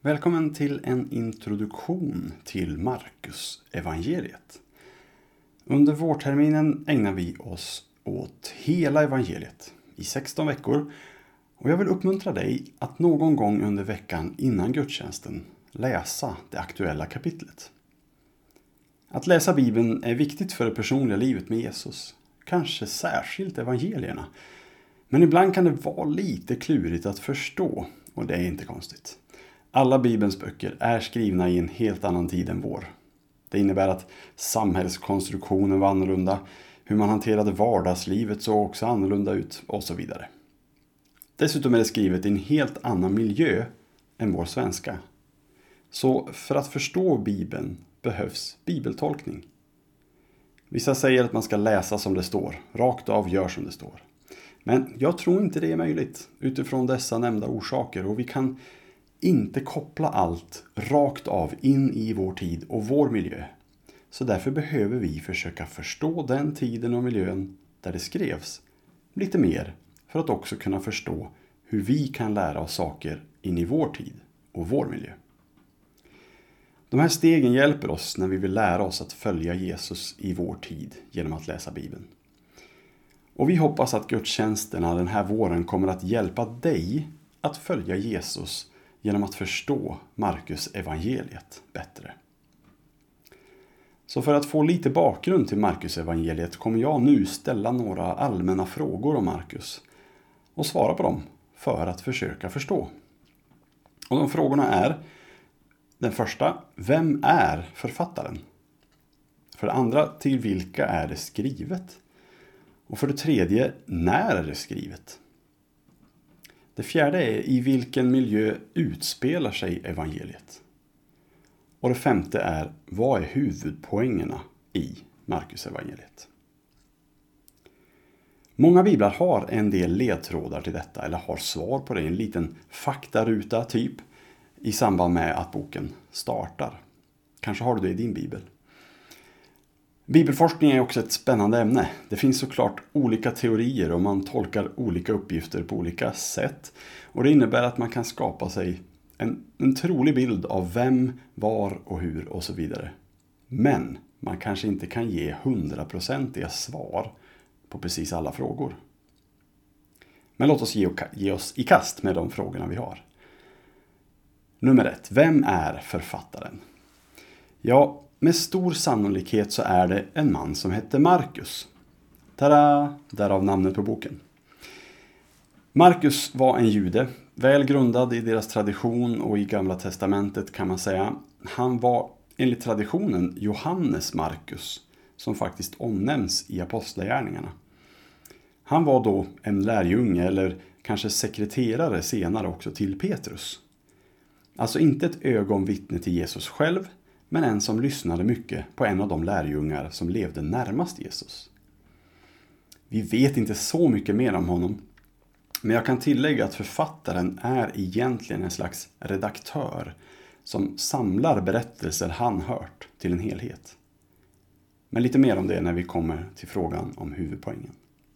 Välkommen till en introduktion till Markus evangeliet. Under vårterminen ägnar vi oss åt hela evangeliet i 16 veckor och jag vill uppmuntra dig att någon gång under veckan innan gudstjänsten läsa det aktuella kapitlet. Att läsa Bibeln är viktigt för det personliga livet med Jesus, kanske särskilt evangelierna. Men ibland kan det vara lite klurigt att förstå och det är inte konstigt. Alla Bibelns böcker är skrivna i en helt annan tid än vår. Det innebär att samhällskonstruktionen var annorlunda, hur man hanterade vardagslivet såg också annorlunda ut och så vidare. Dessutom är det skrivet i en helt annan miljö än vår svenska. Så för att förstå Bibeln behövs bibeltolkning. Vissa säger att man ska läsa som det står, rakt av gör som det står. Men jag tror inte det är möjligt utifrån dessa nämnda orsaker och vi kan inte koppla allt rakt av in i vår tid och vår miljö. Så därför behöver vi försöka förstå den tiden och miljön där det skrevs lite mer för att också kunna förstå hur vi kan lära oss saker in i vår tid och vår miljö. De här stegen hjälper oss när vi vill lära oss att följa Jesus i vår tid genom att läsa Bibeln. Och vi hoppas att gudstjänsterna den här våren kommer att hjälpa dig att följa Jesus genom att förstå Markus evangeliet bättre. Så för att få lite bakgrund till Markus evangeliet kommer jag nu ställa några allmänna frågor om Markus och svara på dem för att försöka förstå. Och de frågorna är: den första, vem är författaren? För det andra, till vilka är det skrivet? Och för det tredje, när är det skrivet? Det fjärde är, i vilken miljö utspelar sig evangeliet? Och det femte är, vad är huvudpoängerna i Markus evangeliet? Många biblar har en del ledtrådar till detta eller har svar på det, en liten faktaruta typ i samband med att boken startar. Kanske har du det i din bibel. Bibelforskning är också ett spännande ämne. Det finns såklart olika teorier och man tolkar olika uppgifter på olika sätt. Och det innebär att man kan skapa sig en trolig bild av vem, var och hur och så vidare. Men man kanske inte kan ge 100% svar på precis alla frågor. Men låt oss ge oss i kast med de frågorna vi har. Nummer 1. Vem är författaren? Ja, med stor sannolikhet så är det en man som heter Markus. Tada! Därav namnet på boken. Markus var en jude, väl grundad i deras tradition och i Gamla testamentet kan man säga. Han var enligt traditionen Johannes Markus, som faktiskt omnämns i Apostlagärningarna. Han var då en lärjunge eller kanske sekreterare senare också till Petrus. Alltså inte ett ögonvittne till Jesus själv, men en som lyssnade mycket på en av de lärjungar som levde närmast Jesus. Vi vet inte så mycket mer om honom, men jag kan tillägga att författaren är egentligen en slags redaktör som samlar berättelser han hört till en helhet. Men lite mer om det när vi kommer till frågan om huvudpoängen.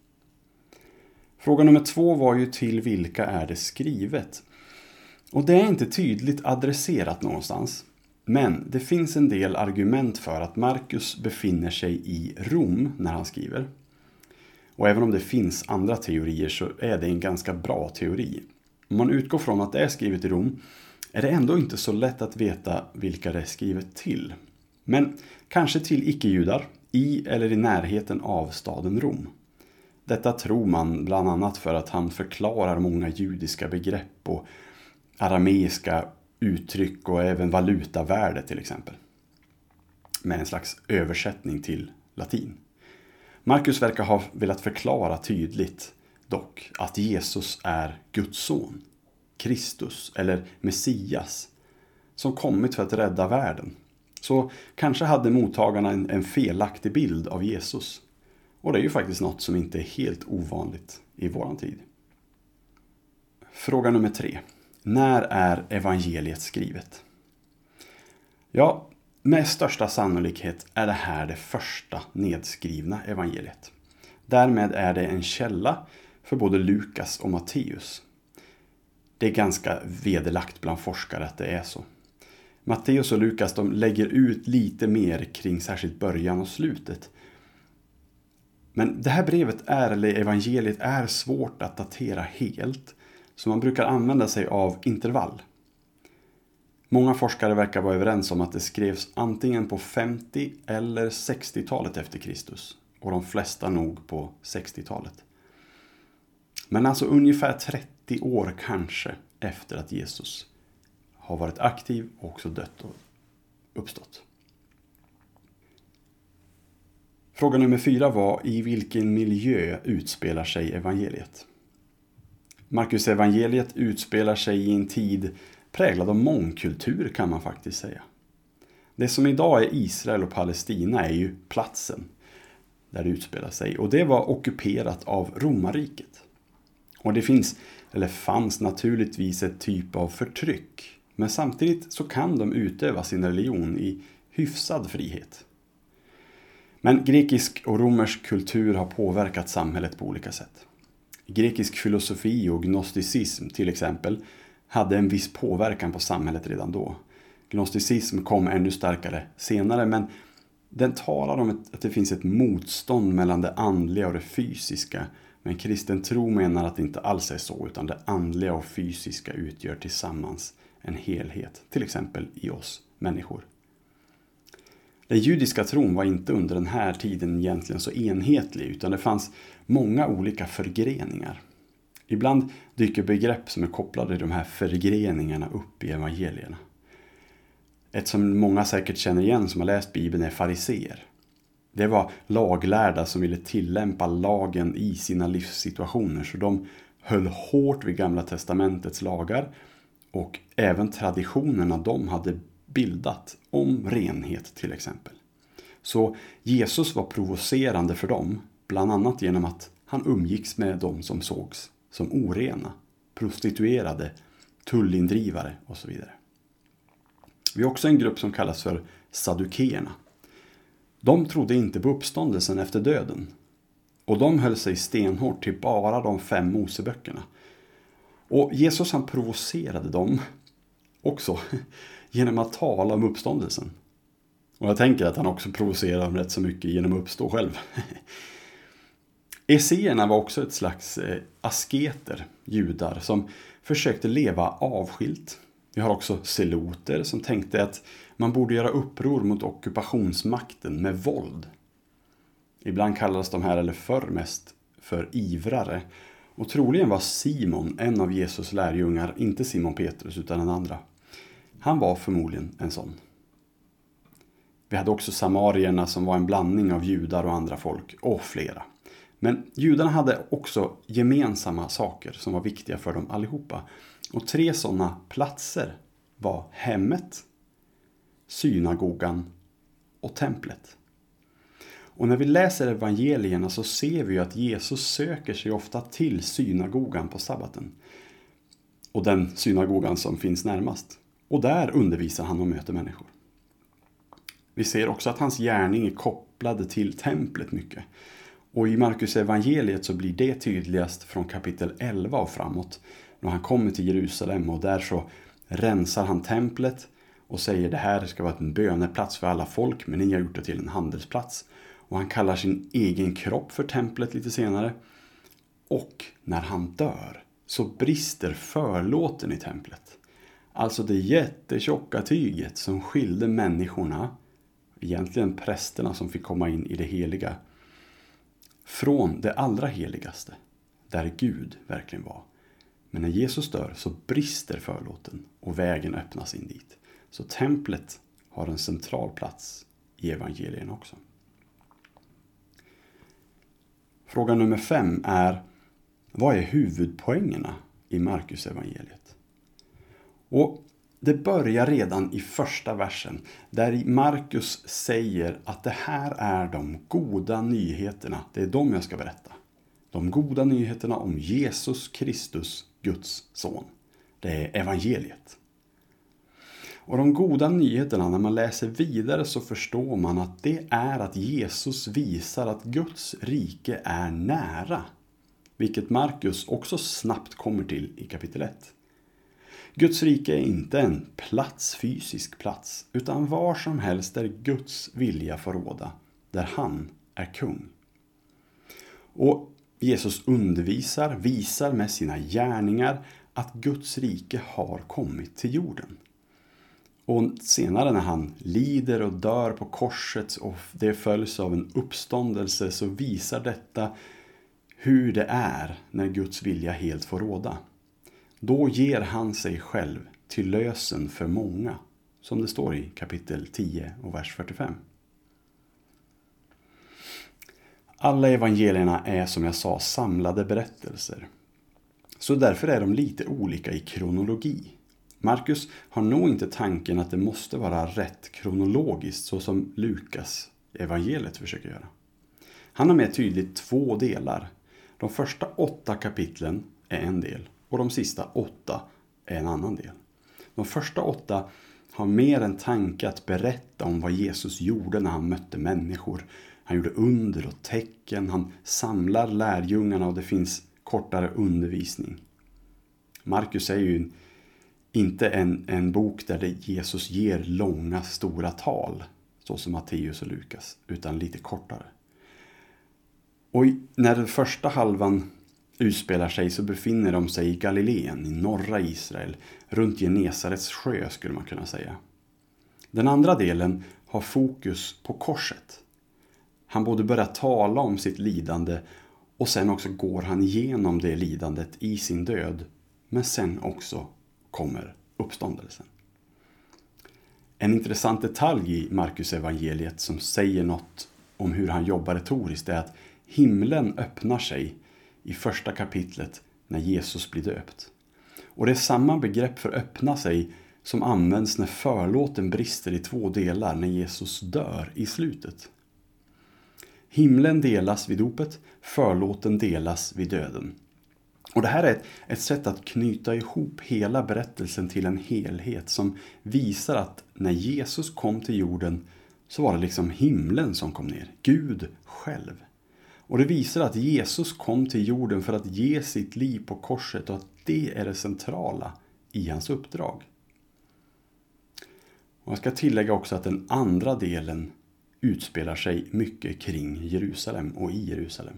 Fråga nummer 2 var ju till vilka är det skrivet? Och det är inte tydligt adresserat någonstans. Men det finns en del argument för att Markus befinner sig i Rom när han skriver. Och även om det finns andra teorier så är det en ganska bra teori. Om man utgår från att det är skrivet i Rom är det ändå inte så lätt att veta vilka det är skrivet till. Men kanske till icke-judar i eller i närheten av staden Rom. Detta tror man bland annat för att han förklarar många judiska begrepp och arameiska uttryck och även valutavärde till exempel. Med en slags översättning till latin. Markus verkar ha velat förklara tydligt dock att Jesus är Guds son, Kristus eller Messias, som kommit för att rädda världen. Så kanske hade mottagarna en felaktig bild av Jesus. Och det är ju faktiskt något som inte är helt ovanligt i våran tid. Fråga nummer 3. När är evangeliet skrivet? Ja, med största sannolikhet är det här det första nedskrivna evangeliet. Därmed är det en källa för både Lukas och Matteus. Det är ganska vederlagt bland forskare att det är så. Matteus och Lukas, de lägger ut lite mer kring särskilt början och slutet. Men det här brevet eller evangeliet är svårt att datera helt, så man brukar använda sig av intervall. Många forskare verkar vara överens om att det skrevs antingen på 50- eller 60-talet efter Kristus, och de flesta nog på 60-talet. Men alltså ungefär 30 år kanske efter att Jesus har varit aktiv och också dött och uppstått. Fråga nummer 4 var: i vilken miljö utspelar sig evangeliet? Markus evangeliet utspelar sig i en tid präglad av mångkultur, kan man faktiskt säga. Det som idag är Israel och Palestina är ju platsen där det utspelar sig, och det var ockuperat av romarriket. Och det fanns naturligtvis ett typ av förtryck, men samtidigt så kan de utöva sin religion i hyfsad frihet. Men grekisk och romersk kultur har påverkat samhället på olika sätt. Grekisk filosofi och gnosticism till exempel hade en viss påverkan på samhället redan då. Gnosticism kom ännu starkare senare, men den talar om att det finns ett motstånd mellan det andliga och det fysiska. Men kristen tro menar att det inte alls är så, utan det andliga och fysiska utgör tillsammans en helhet, till exempel i oss människor. Den judiska tron var inte under den här tiden egentligen så enhetlig, utan det fanns många olika förgreningar. Ibland dyker begrepp som är kopplade till de här förgreningarna upp i evangelierna. Ett som många säkert känner igen som har läst Bibeln är fariseer. Det var laglärda som ville tillämpa lagen i sina livssituationer, så de höll hårt vid Gamla testamentets lagar och även traditionerna de hade bildat om renhet till exempel. Så Jesus var provocerande för dem, bland annat genom att han umgicks med dem som sågs som orena, prostituerade, tullindrivare och så vidare. Vi har också en grupp som kallas för saddukeerna. De trodde inte på uppståndelsen efter döden, och de höll sig stenhårt till bara de 5 Moseböckerna. Och Jesus han provocerade dem också genom att tala om uppståndelsen. Och jag tänker att han också provocerade dem rätt så mycket genom att uppstå själv. Esseerna var också ett slags asketer, judar, som försökte leva avskilt. Vi har också seloter som tänkte att man borde göra uppror mot ockupationsmakten med våld. Ibland kallades de här, eller förr mest, för ivrare. Och troligen var Simon, en av Jesus lärjungar, inte Simon Petrus utan en andra. Han var förmodligen en sån. Vi hade också samarierna som var en blandning av judar och andra folk, och flera. Men judarna hade också gemensamma saker som var viktiga för dem allihopa. Och 3 sådana platser var hemmet, synagogan och templet. Och när vi läser evangelierna så ser vi att Jesus söker sig ofta till synagogan på sabbaten. Och den synagogan som finns närmast. Och där undervisar han och möter människor. Vi ser också att hans gärning är kopplade till templet mycket. Och i Markus evangeliet så blir det tydligast från kapitel 11 och framåt. När han kommer till Jerusalem, och där så rensar han templet och säger det här ska vara en böneplats för alla folk, men ni har gjort det till en handelsplats. Och han kallar sin egen kropp för templet lite senare. Och när han dör så brister förlåten i templet. Alltså det jättetjocka tyget som skilde människorna, egentligen prästerna som fick komma in i det heliga, från det allra heligaste, där Gud verkligen var. Men när Jesus dör så brister förlåten och vägen öppnas in dit. Så templet har en central plats i evangelien också. Fråga nummer 5 är: vad är huvudpoängerna i Markus evangeliet? Och det börjar redan i första versen, där Markus säger att det här är de goda nyheterna. Det är de jag ska berätta. De goda nyheterna om Jesus Kristus, Guds son. Det är evangeliet. Och de goda nyheterna, när man läser vidare så förstår man att det är att Jesus visar att Guds rike är nära. Vilket Markus också snabbt kommer till i kapitel 1. Guds rike är inte en plats, fysisk plats, utan var som helst där Guds vilja får råda, där han är kung. Och Jesus undervisar, visar med sina gärningar att Guds rike har kommit till jorden. Och senare när han lider och dör på korset och det följs av en uppståndelse, så visar detta hur det är när Guds vilja helt får råda. Då ger han sig själv till lösen för många, som det står i kapitel 10 och vers 45. Alla evangelierna är, som jag sa, samlade berättelser. Så därför är de lite olika i kronologi. Markus har nog inte tanken att det måste vara rätt kronologiskt, så som Lukas evangeliet försöker göra. Han har med tydligt 2 delar. De första 8 kapitlen är en del och de sista 8 är en annan del. De första 8 har mer en tanke att berätta om vad Jesus gjorde när han mötte människor. Han gjorde under och tecken, han samlar lärjungarna och det finns kortare undervisning. Markus är ju inte en bok där Jesus ger långa, stora tal, så som Matteus och Lukas, utan lite kortare. Och när den första halvan utspelar sig så befinner de sig i Galileen, i norra Israel, runt Genesarets sjö skulle man kunna säga. Den andra delen har fokus på korset. Han både börjar tala om sitt lidande och sen också går han igenom det lidandet i sin död, men sen också kommer uppståndelsen. En intressant detalj i Markus evangeliet som säger något om hur han jobbar retoriskt är att himlen öppnar sig i första kapitlet när Jesus blir döpt. Och det är samma begrepp för öppna sig som används när förlåten brister i 2 delar när Jesus dör i slutet. Himlen delas vid dopet, förlåten delas vid döden. Och det här är ett sätt att knyta ihop hela berättelsen till en helhet som visar att när Jesus kom till jorden så var det liksom himlen som kom ner, Gud själv. Och det visar att Jesus kom till jorden för att ge sitt liv på korset och att det är det centrala i hans uppdrag. Och jag ska tillägga också att den andra delen utspelar sig mycket kring Jerusalem och i Jerusalem.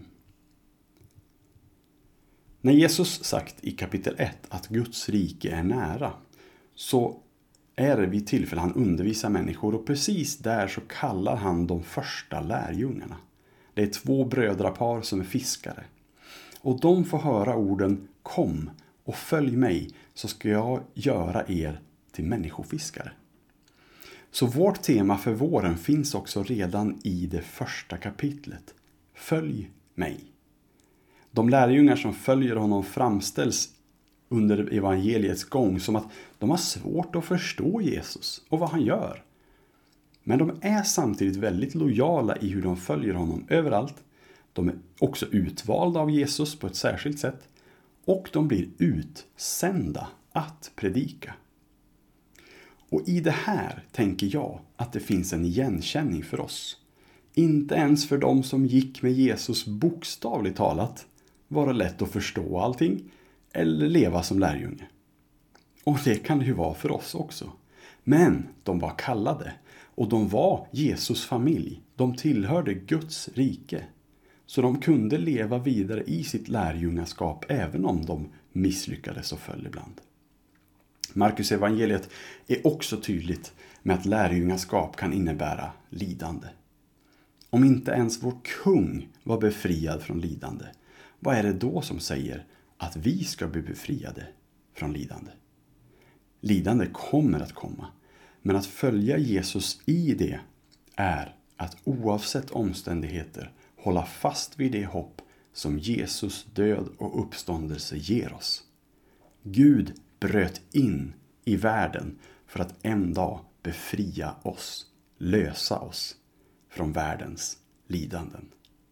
När Jesus sagt i kapitel 1 att Guds rike är nära, så är det vid tillfälle han undervisar människor och precis där så kallar han de första lärjungarna. Det är 2 brödrapar som är fiskare. Och de får höra orden: kom och följ mig så ska jag göra er till människofiskare. Så vårt tema för våren finns också redan i det första kapitlet. Följ mig. De lärjungar som följer honom framställs under evangeliets gång som att de har svårt att förstå Jesus och vad han gör. Men de är samtidigt väldigt lojala i hur de följer honom överallt. De är också utvalda av Jesus på ett särskilt sätt. Och de blir utsända att predika. Och i det här tänker jag att det finns en igenkänning för oss. Inte ens för de som gick med Jesus bokstavligt talat var det lätt att förstå allting eller leva som lärjunge. Och det kan det ju vara för oss också. Men de var kallade och de var Jesus familj. De tillhörde Guds rike. Så de kunde leva vidare i sitt lärjungaskap även om de misslyckades och föll ibland. Markus evangeliet är också tydligt med att lärjungaskap kan innebära lidande. Om inte ens vår kung var befriad från lidande, vad är det då som säger att vi ska bli befriade från lidande? Lidande kommer att komma, men att följa Jesus i det är att oavsett omständigheter hålla fast vid det hopp som Jesus död och uppståndelse ger oss. Gud bröt in i världen för att en dag befria oss, lösa oss från världens lidanden.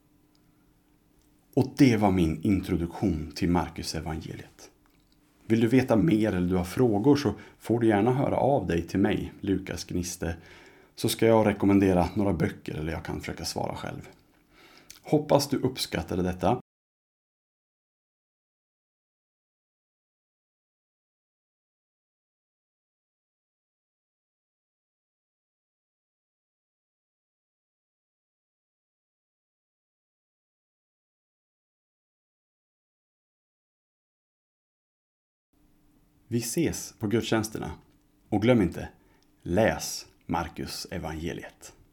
Och det var min introduktion till Markus evangeliet. Vill du veta mer eller du har frågor så får du gärna höra av dig till mig, Lukas Gniste, så ska jag rekommendera några böcker eller jag kan försöka svara själv. Hoppas du uppskattade detta. Vi ses på gudstjänsterna och glöm inte, läs Markus evangeliet.